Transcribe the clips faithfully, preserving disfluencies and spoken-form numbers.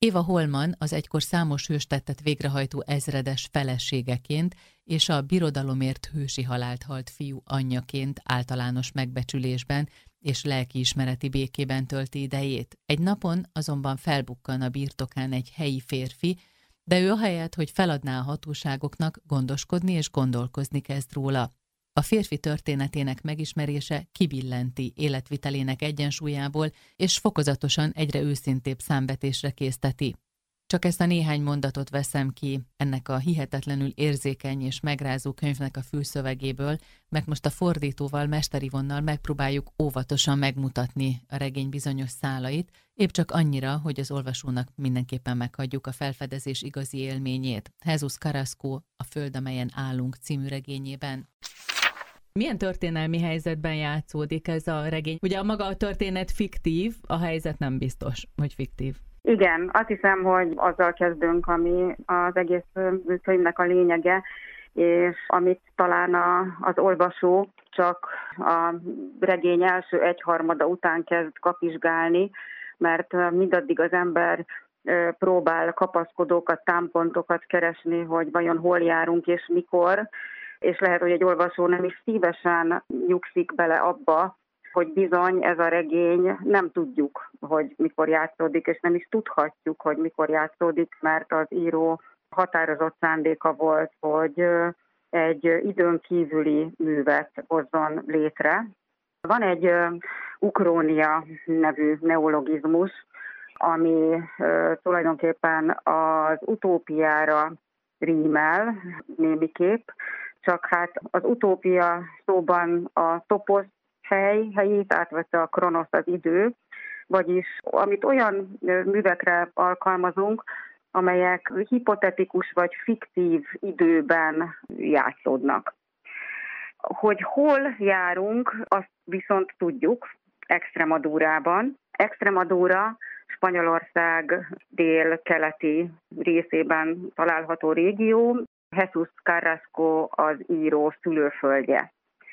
Éva Holman az egykor számos hőstettet végrehajtó ezredes feleségeként és a birodalomért hősi halált halt fiú anyjaként általános megbecsülésben és lelkiismereti békében tölti idejét. Egy napon azonban felbukkan a birtokán egy helyi férfi, de ő ahelyett, hogy feladná a hatóságoknak, gondoskodni és gondolkozni kezd róla. A férfi történetének megismerése kibillenti életvitelének egyensúlyából, és fokozatosan egyre őszintébb számvetésre készteti. Csak ezt a néhány mondatot veszem ki ennek a hihetetlenül érzékeny és megrázó könyvnek a fülszövegéből, mert most a fordítóval, Mester Ivonnal megpróbáljuk óvatosan megmutatni a regény bizonyos szálait, épp csak annyira, hogy az olvasónak mindenképpen meghagyjuk a felfedezés igazi élményét. Jesus Carrasco, A föld, amelyen állunk című regényében. Milyen történelmi helyzetben játszódik ez a regény? Ugye a maga a történet fiktív, a helyzet nem biztos, hogy fiktív. Igen, azt hiszem, hogy azzal kezdünk, ami az egész könyvnek a lényege, és amit talán a, az olvasó csak a regény első egyharmada után kezd kapizsgálni, mert mindaddig az ember próbál kapaszkodókat, támpontokat keresni, hogy vajon hol járunk és mikor, és lehet, hogy egy olvasó nem is szívesen nyugszik bele abba, hogy bizony ez a regény nem tudjuk, hogy mikor játszódik, és nem is tudhatjuk, hogy mikor játszódik, mert az író határozott szándéka volt, hogy egy időn kívüli művet hozzon létre. Van egy ukrónia nevű neologizmus, ami tulajdonképpen az utópiára rímel némiképp, csak hát az utópia szóban a toposz hely, helyét átvette a kronosz, az idő, vagyis amit olyan művekre alkalmazunk, amelyek hipotetikus vagy fiktív időben játszódnak. Hogy hol járunk, azt viszont tudjuk, Extremadurában. Extremadura Spanyolország dél-keleti részében található régió, Jesus Carrasco az író szülőföldje.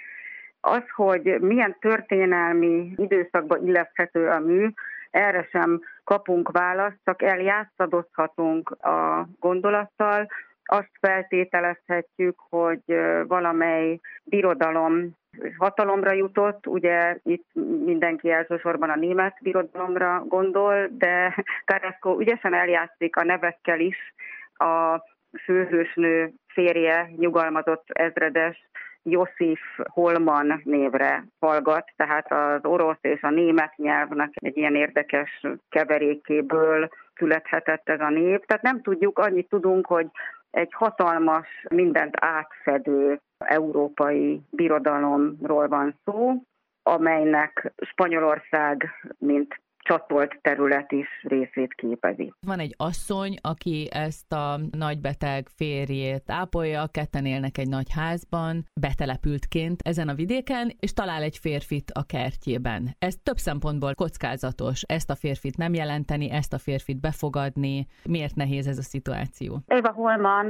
Az, hogy milyen történelmi időszakba illeszthető a mű, erre sem kapunk választ, csak eljátszadozhatunk a gondolattal. Azt feltételezhetjük, hogy valamely birodalom hatalomra jutott, ugye itt mindenki elsősorban a német birodalomra gondol, de Carrasco ügyesen eljátszik a nevekkel is. A főhősnő férje, nyugalmazott ezredes Josif Holman névre hallgat, tehát az orosz és a német nyelvnek egy ilyen érdekes keverékéből születhetett ez a név. Tehát nem tudjuk, annyit tudunk, hogy egy hatalmas, mindent átfedő európai birodalomról van szó, amelynek Spanyolország, mint csatolt terület is részét képezi. Van egy asszony, aki ezt a nagybeteg férjét ápolja, ketten élnek egy nagy házban, betelepültként ezen a vidéken, és talál egy férfit a kertjében. Ez több szempontból kockázatos, ezt a férfit nem jelenteni, ezt a férfit befogadni. Miért nehéz ez a szituáció? Éva Holman,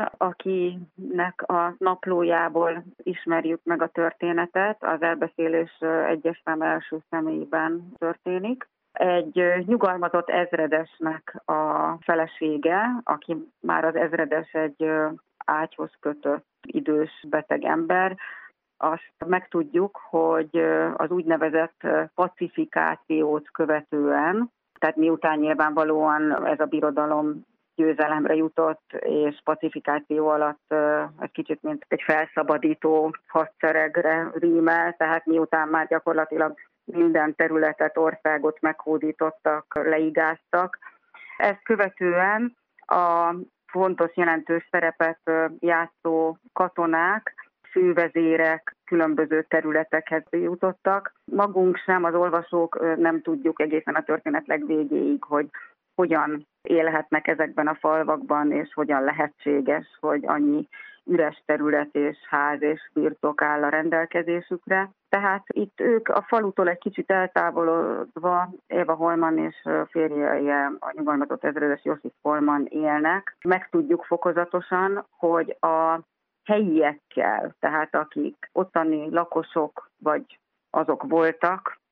akinek a naplójából ismerjük meg a történetet, az elbeszélés egyes szám első személyben történik. Egy nyugalmazott ezredesnek a felesége, aki már az ezredes egy ágyhoz kötött idős beteg ember, azt megtudjuk, hogy az úgynevezett pacifikációt követően, tehát miután nyilvánvalóan ez a birodalom győzelemre jutott, és pacifikáció alatt egy kicsit mint egy felszabadító hadseregre rímel, tehát miután már gyakorlatilag minden területet, országot meghódítottak, leigáztak. Ezt követően a fontos, jelentős szerepet játszó katonák, fővezérek különböző területekhez jutottak. Magunk sem, az olvasók nem tudjuk egészen a történet legvégéig, hogy hogyan élhetnek ezekben a falvakban, és hogyan lehetséges, hogy annyi üres terület és ház és birtok áll a rendelkezésükre. Tehát itt ők a falutól egy kicsit eltávolodva, Éva Holman és férje, a nyugalmazott ezredes Josif Holman élnek. Megtudjuk fokozatosan, hogy a helyiekkel, tehát akik ottani lakosok vagy azok voltak,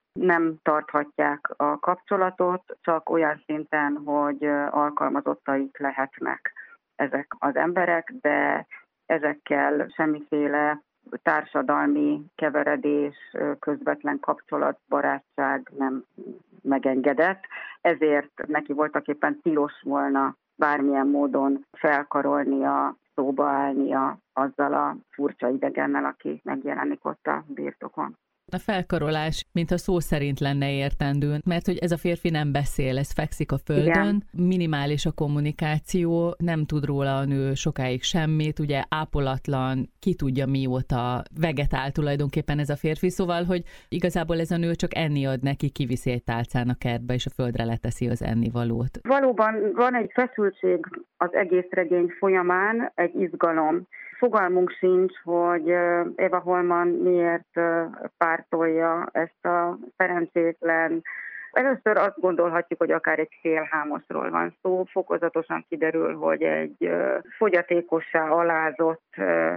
nem tarthatják a kapcsolatot, csak olyan szinten, hogy alkalmazottaik lehetnek ezek az emberek, de ezekkel semmiféle társadalmi keveredés, közvetlen kapcsolat, barátság nem megengedett, ezért neki voltaképpen tilos volna bármilyen módon felkarolnia, szóba állnia azzal a furcsa idegennel, aki megjelenik ott a birtokon. A felkarolás, mintha szó szerint lenne értendő, mert hogy ez a férfi nem beszél, ez fekszik a földön, igen. Minimális a kommunikáció, nem tud róla a nő sokáig semmit, ugye ápolatlan, ki tudja mióta vegetál tulajdonképpen ez a férfi, szóval, hogy igazából ez a nő csak enni ad neki, kiviszi egy tálcán a kertbe, és a földre leteszi az ennivalót. Valóban van egy feszültség az egész regény folyamán, egy izgalom. Fogalmunk sincs, hogy Eva Holman miért pártolja ezt a szerencsétlen. Először azt gondolhatjuk, hogy akár egy félhámosról van szó, fokozatosan kiderül, hogy egy fogyatékossá alázott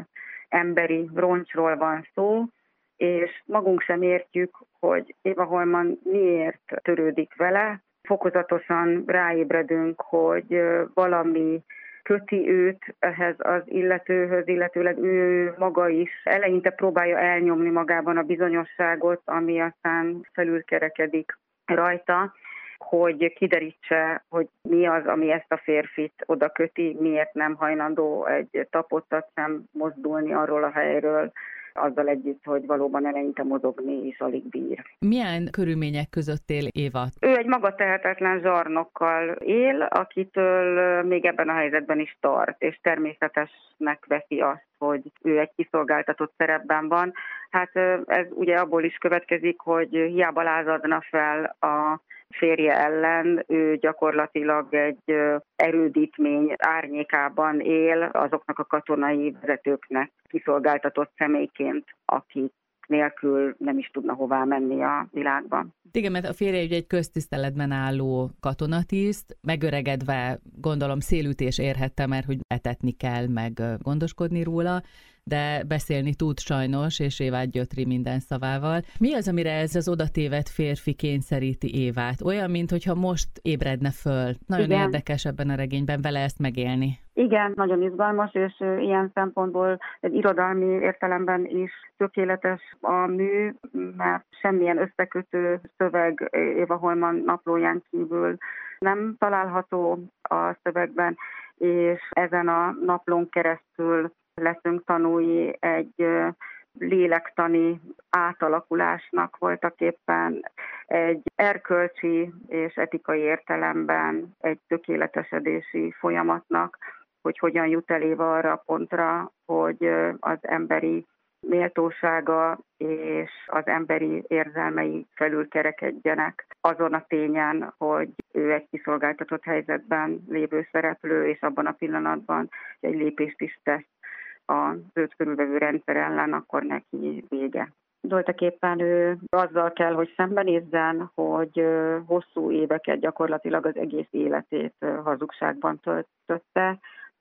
emberi roncsról van szó, és magunk sem értjük, hogy Eva Holman miért törődik vele. Fokozatosan ráébredünk, hogy valami köti őt ehhez az illetőhöz, illetőleg ő maga is eleinte próbálja elnyomni magában a bizonyosságot, ami aztán felülkerekedik rajta, hogy kiderítse, hogy mi az, ami ezt a férfit oda köti, miért nem hajlandó egy tapottat sem mozdulni arról a helyről, azzal együtt, hogy valóban eleinte mozogni is alig bír. Milyen körülmények között él Éva? Ő egy magatehetetlen zsarnokkal él, akitől még ebben a helyzetben is tart, és természetesnek veszi azt, hogy ő egy kiszolgáltatott szerepben van. Hát ez ugye abból is következik, hogy hiába lázadna fel a férje ellen, ő gyakorlatilag egy erődítmény árnyékában él azoknak a katonai vezetőknek kiszolgáltatott személyként, akik nélkül nem is tudna hová menni a világban. Igen, mert a férje ugye egy köztiszteletben álló katonatiszt, megöregedve gondolom szélütés érhette, mert hogy etetni kell, meg gondoskodni róla, de beszélni tud sajnos, és Évát gyötri minden szavával. Mi az, amire ez az odatévedt férfi kényszeríti Évát? Olyan, mintha most ébredne föl. Nagyon Igen. érdekes ebben a regényben vele ezt megélni. Igen, nagyon izgalmas, és ilyen szempontból egy irodalmi értelemben is tökéletes a mű, mert semmilyen összekötő szöveg Eva Holman naplóján kívül nem található a szövegben, és ezen a naplón keresztül leszünk tanúi egy lélektani átalakulásnak voltaképpen, egy erkölcsi és etikai értelemben egy tökéletesedési folyamatnak, hogy hogyan jut el Éva arra a pontra, hogy az emberi méltósága és az emberi érzelmei felülkerekedjenek azon a tényen, hogy ő egy kiszolgáltatott helyzetben lévő szereplő, és abban a pillanatban egy lépést is tesz az őt körülvevő rendszer ellen, akkor neki vége. Voltaképpen ő azzal kell, hogy szembenézzen, hogy hosszú éveket, gyakorlatilag az egész életét hazugságban töltötte,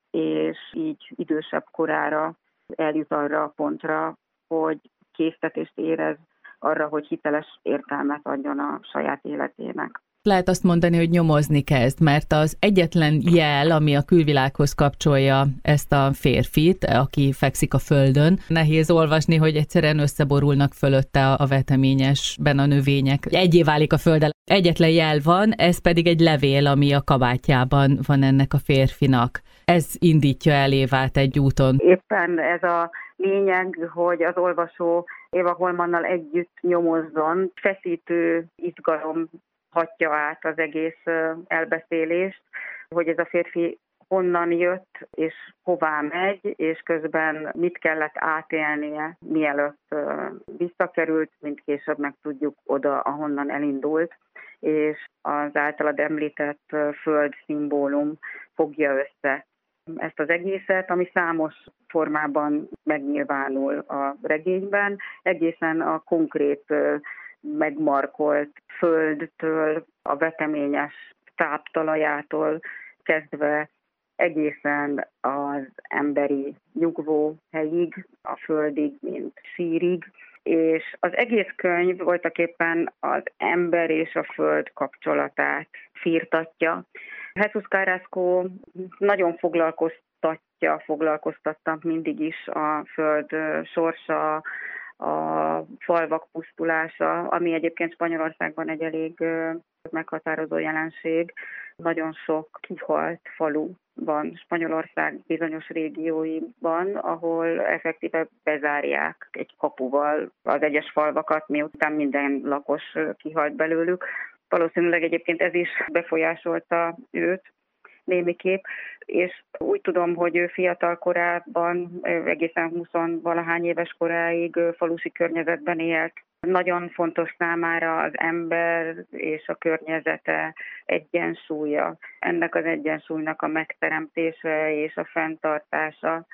és így idősebb korára eljut arra a pontra, hogy késztetést érez arra, hogy hiteles értelmet adjon a saját életének. Lehet azt mondani, hogy nyomozni kezd, mert az egyetlen jel, ami a külvilághoz kapcsolja ezt a férfit, aki fekszik a földön, nehéz olvasni, hogy egyszerűen összeborulnak fölötte a veteményesben a növények. Egyé válik a földdel. Egyetlen jel van, ez pedig egy levél, ami a kabátjában van ennek a férfinak. Ez indítja el Évát egy úton. Éppen ez a lényeg, hogy az olvasó Eva Holmannal együtt nyomozzon, feszítő izgalom hatja át az egész elbeszélést, hogy ez a férfi honnan jött, és hová megy, és közben mit kellett átélnie, mielőtt visszakerült, mint később megtudjuk oda, ahonnan elindult, és az általad említett föld szimbólum fogja össze ezt az egészet, ami számos formában megnyilvánul a regényben, egészen a konkrét megmarkolt földtől, a veteményes táptalajától kezdve egészen az emberi nyugvó helyig, a földig, mint sírig, És az egész könyv voltaképpen az ember és a föld kapcsolatát firtatja. Jesus Carrasco nagyon foglalkoztatja, foglalkoztatta mindig is a föld sorsa, a falvak pusztulása, ami egyébként Spanyolországban egy elég meghatározó jelenség. Nagyon sok kihalt falu van Spanyolország bizonyos régióiban, ahol effektíve bezárják egy kapuval az egyes falvakat, miután minden lakos kihalt belőlük. Valószínűleg egyébként ez is befolyásolta őt némiképp, és úgy tudom, hogy ő fiatal korában, egészen húsz-valahány éves koráig falusi környezetben élt. Nagyon fontos számára az ember és a környezete egyensúlya. Ennek az egyensúlynak a megteremtése és a fenntartása,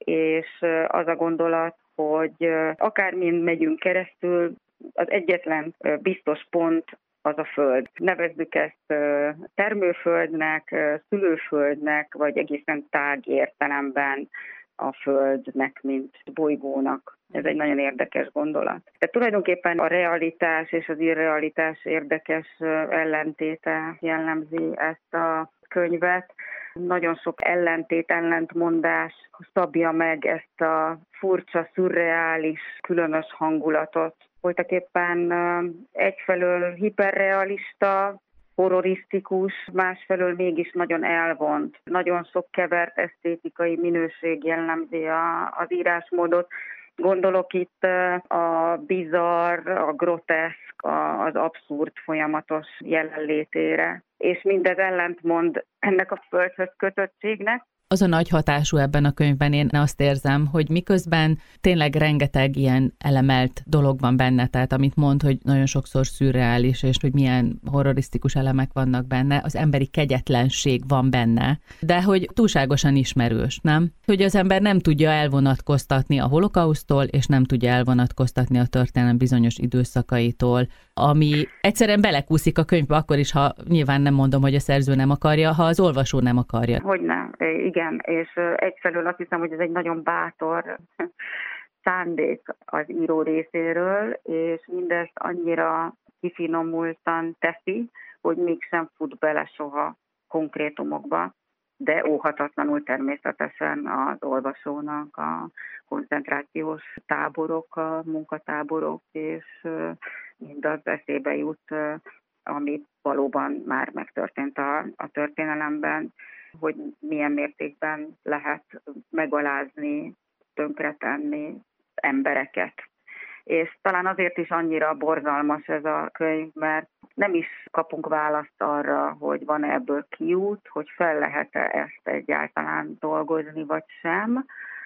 és az a gondolat, hogy akármin megyünk keresztül, az egyetlen biztos pont az a föld. Nevezzük ezt termőföldnek, szülőföldnek, vagy egészen tág értelemben a földnek, mint bolygónak. Ez egy nagyon érdekes gondolat. Tehát tulajdonképpen a realitás és az irrealitás érdekes ellentéte jellemzi ezt a könyvet. Nagyon sok ellentét, ellentmondás szabja meg ezt a furcsa, szürreális, különös hangulatot. Voltaképpen egyfelől hiperrealista, horrorisztikus, másfelől mégis nagyon elvont. Nagyon sok kevert esztétikai minőség jellemzi a, az írásmódot. Gondolok itt a bizarr, a groteszk, az abszurd folyamatos jelenlétére. És mindez ellentmond ennek a földhöz kötöttségnek. Az a nagy hatású ebben a könyvben, én azt érzem, hogy miközben tényleg rengeteg ilyen elemelt dolog van benne, tehát amit mond, hogy nagyon sokszor szürreális, és hogy milyen horrorisztikus elemek vannak benne, az emberi kegyetlenség van benne, de hogy túlságosan ismerős, nem? Hogy az ember nem tudja elvonatkoztatni a holokausztól, és nem tudja elvonatkoztatni a történelem bizonyos időszakaitól, ami egyszerűen belekúszik a könyvbe, akkor is, ha nyilván nem mondom, hogy a szerző nem akarja, ha az olvasó nem akarja. Hogyne, igen, és egyfelől azt hiszem, hogy ez egy nagyon bátor szándék az író részéről, és mindezt annyira kifinomultan teszi, hogy mégsem fut bele soha konkrétumokba, de óhatatlanul természetesen az olvasónak a koncentrációs táborok, a munkatáborok, és mindaz eszébe jut, ami valóban már megtörtént a, a történelemben, hogy milyen mértékben lehet megalázni, tönkretenni embereket. És talán azért is annyira borzalmas ez a könyv, mert nem is kapunk választ arra, hogy van-e ebből kiút, hogy fel lehet-e ezt egyáltalán dolgozni, vagy sem.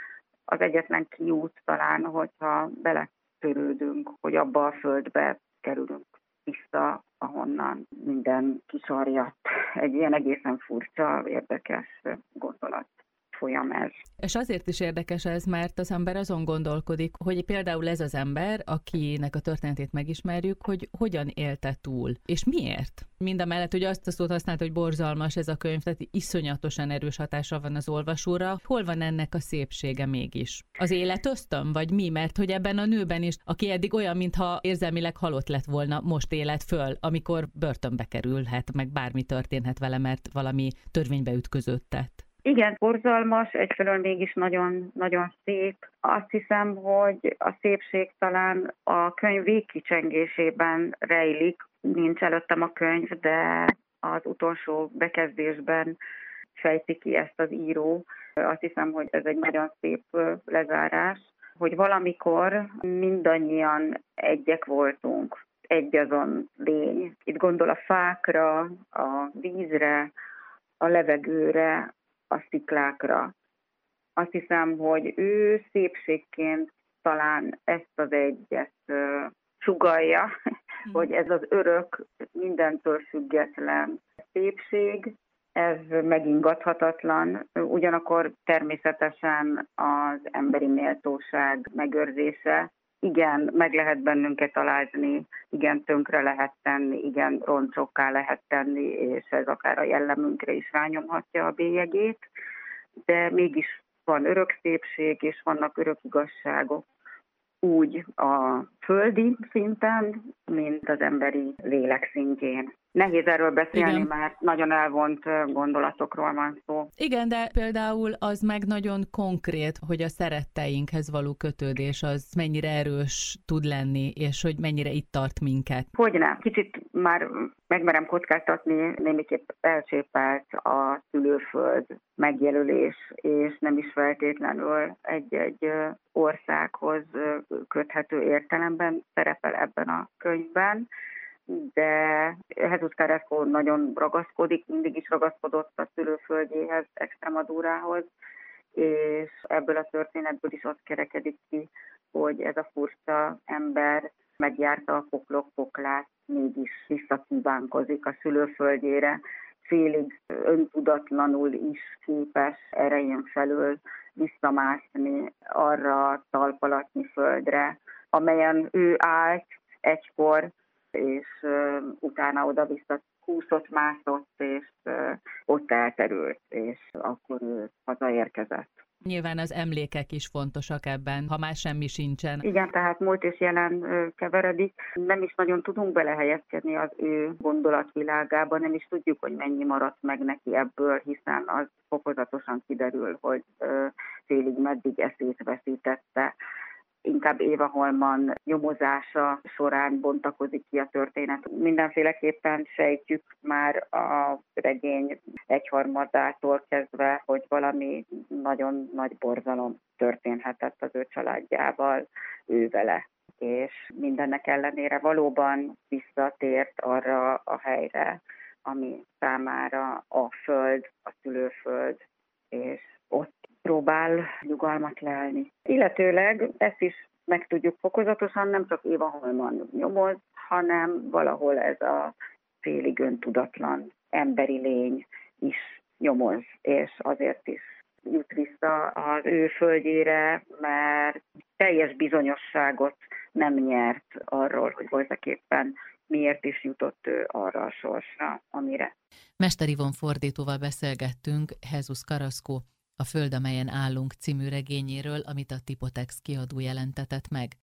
Az egyetlen kiút talán, hogyha beletörődünk, hogy abba a földbe kerülünk vissza, ahonnan minden kisarjadt. Egy ilyen egészen furcsa, érdekes gondolat folyam ez. És azért is érdekes ez, mert az ember azon gondolkodik, hogy például ez az ember, akinek a történetét megismerjük, hogy hogyan élte túl, és miért? Mindamellett, hogy azt a szót használta, hogy borzalmas ez a könyv, tehát iszonyatosan erős hatása van az olvasóra. Hol van ennek a szépsége mégis? Az élet ösztön, vagy mi? Mert hogy ebben a nőben is, aki eddig olyan, mintha érzelmileg halott lett volna, most élet föl, amikor börtönbe kerülhet, meg bármi történhet vele, mert valami törvénybe ütközött tett. Igen, borzalmas, egyfelől mégis nagyon, nagyon szép. Azt hiszem, hogy a szépség talán a könyv végkicsengésében rejlik. Nincs előttem a könyv, de az utolsó bekezdésben fejti ki ezt az író. Azt hiszem, hogy ez egy nagyon szép lezárás, hogy valamikor mindannyian egyek voltunk, egyazon lény. Itt gondol a fákra, a vízre, a levegőre, a sziklákra. Azt hiszem, hogy ő szépségként talán ezt az egyet uh, sugallja, mm. hogy ez az örök, mindentől független szépség, ez megingathatatlan, ugyanakkor természetesen az emberi méltóság megőrzése. Igen, meg lehet bennünket alázni, igen, tönkre lehet tenni, igen, roncsokká lehet tenni, és ez akár a jellemünkre is rányomhatja a bélyegét, de mégis van örök szépség, és vannak örök igazságok. úgy a földi szinten, mint az emberi lélek szintjén. Nehéz erről beszélni, Igen. mert nagyon elvont gondolatokról van szó. Igen, de például az meg nagyon konkrét, hogy a szeretteinkhez való kötődés az mennyire erős tud lenni, és hogy mennyire itt tart minket. Hogyne. Kicsit már megmerem kockáztatni, némiképp elcsépelt a szülőföld megjelölés, és nem is feltétlenül egy-egy országhoz köthető értelemben szerepel ebben a könyvben, de Jesus Carrasco nagyon ragaszkodik, mindig is ragaszkodott a szülőföldjéhez, Extremadúrához, és ebből a történetből is az kerekedik ki, hogy ez a furcsa ember megjárta a poklok poklát, mégis visszakívánkozik a szülőföldjére, félig öntudatlanul is képes erején felül visszamászni arra a talpalatnyi földre, amelyen ő állt egykor, és uh, utána oda-vissza kúszott, mászott, és uh, ott elterült, és akkor ő hazaérkezett. Nyilván az emlékek is fontosak ebben, ha már semmi sincsen. Igen, tehát múlt és jelen uh, keveredik. Nem is nagyon tudunk belehelyezkedni az ő gondolatvilágába, nem is tudjuk, hogy mennyi maradt meg neki ebből, hiszen az fokozatosan kiderül, hogy uh, félig meddig eszét veszítette. Inkább Éva Holman nyomozása során bontakozik ki a történet. Mindenféleképpen sejtjük már a regény egyharmadától kezdve, hogy valami nagyon nagy borzalom történhetett az ő családjával, ő vele. És mindennek ellenére valóban visszatért arra a helyre, ami számára a föld, a szülőföld, és ott próbál nyugalmat lelni. Illetőleg ezt is megtudjuk fokozatosan, nem csak Éva Holman nyomoz, hanem valahol ez a félig öntudatlan emberi lény is nyomoz, és azért is jut vissza az ő földjére, mert teljes bizonyosságot nem nyert arról, hogy voltaképpen miért is jutott ő arra a sorsra, amire. Mester Ivon fordítóval beszélgettünk Jesus Carrasco A föld, amelyen állunk című regényéről, amit a Tipotex kiadó jelentetett meg.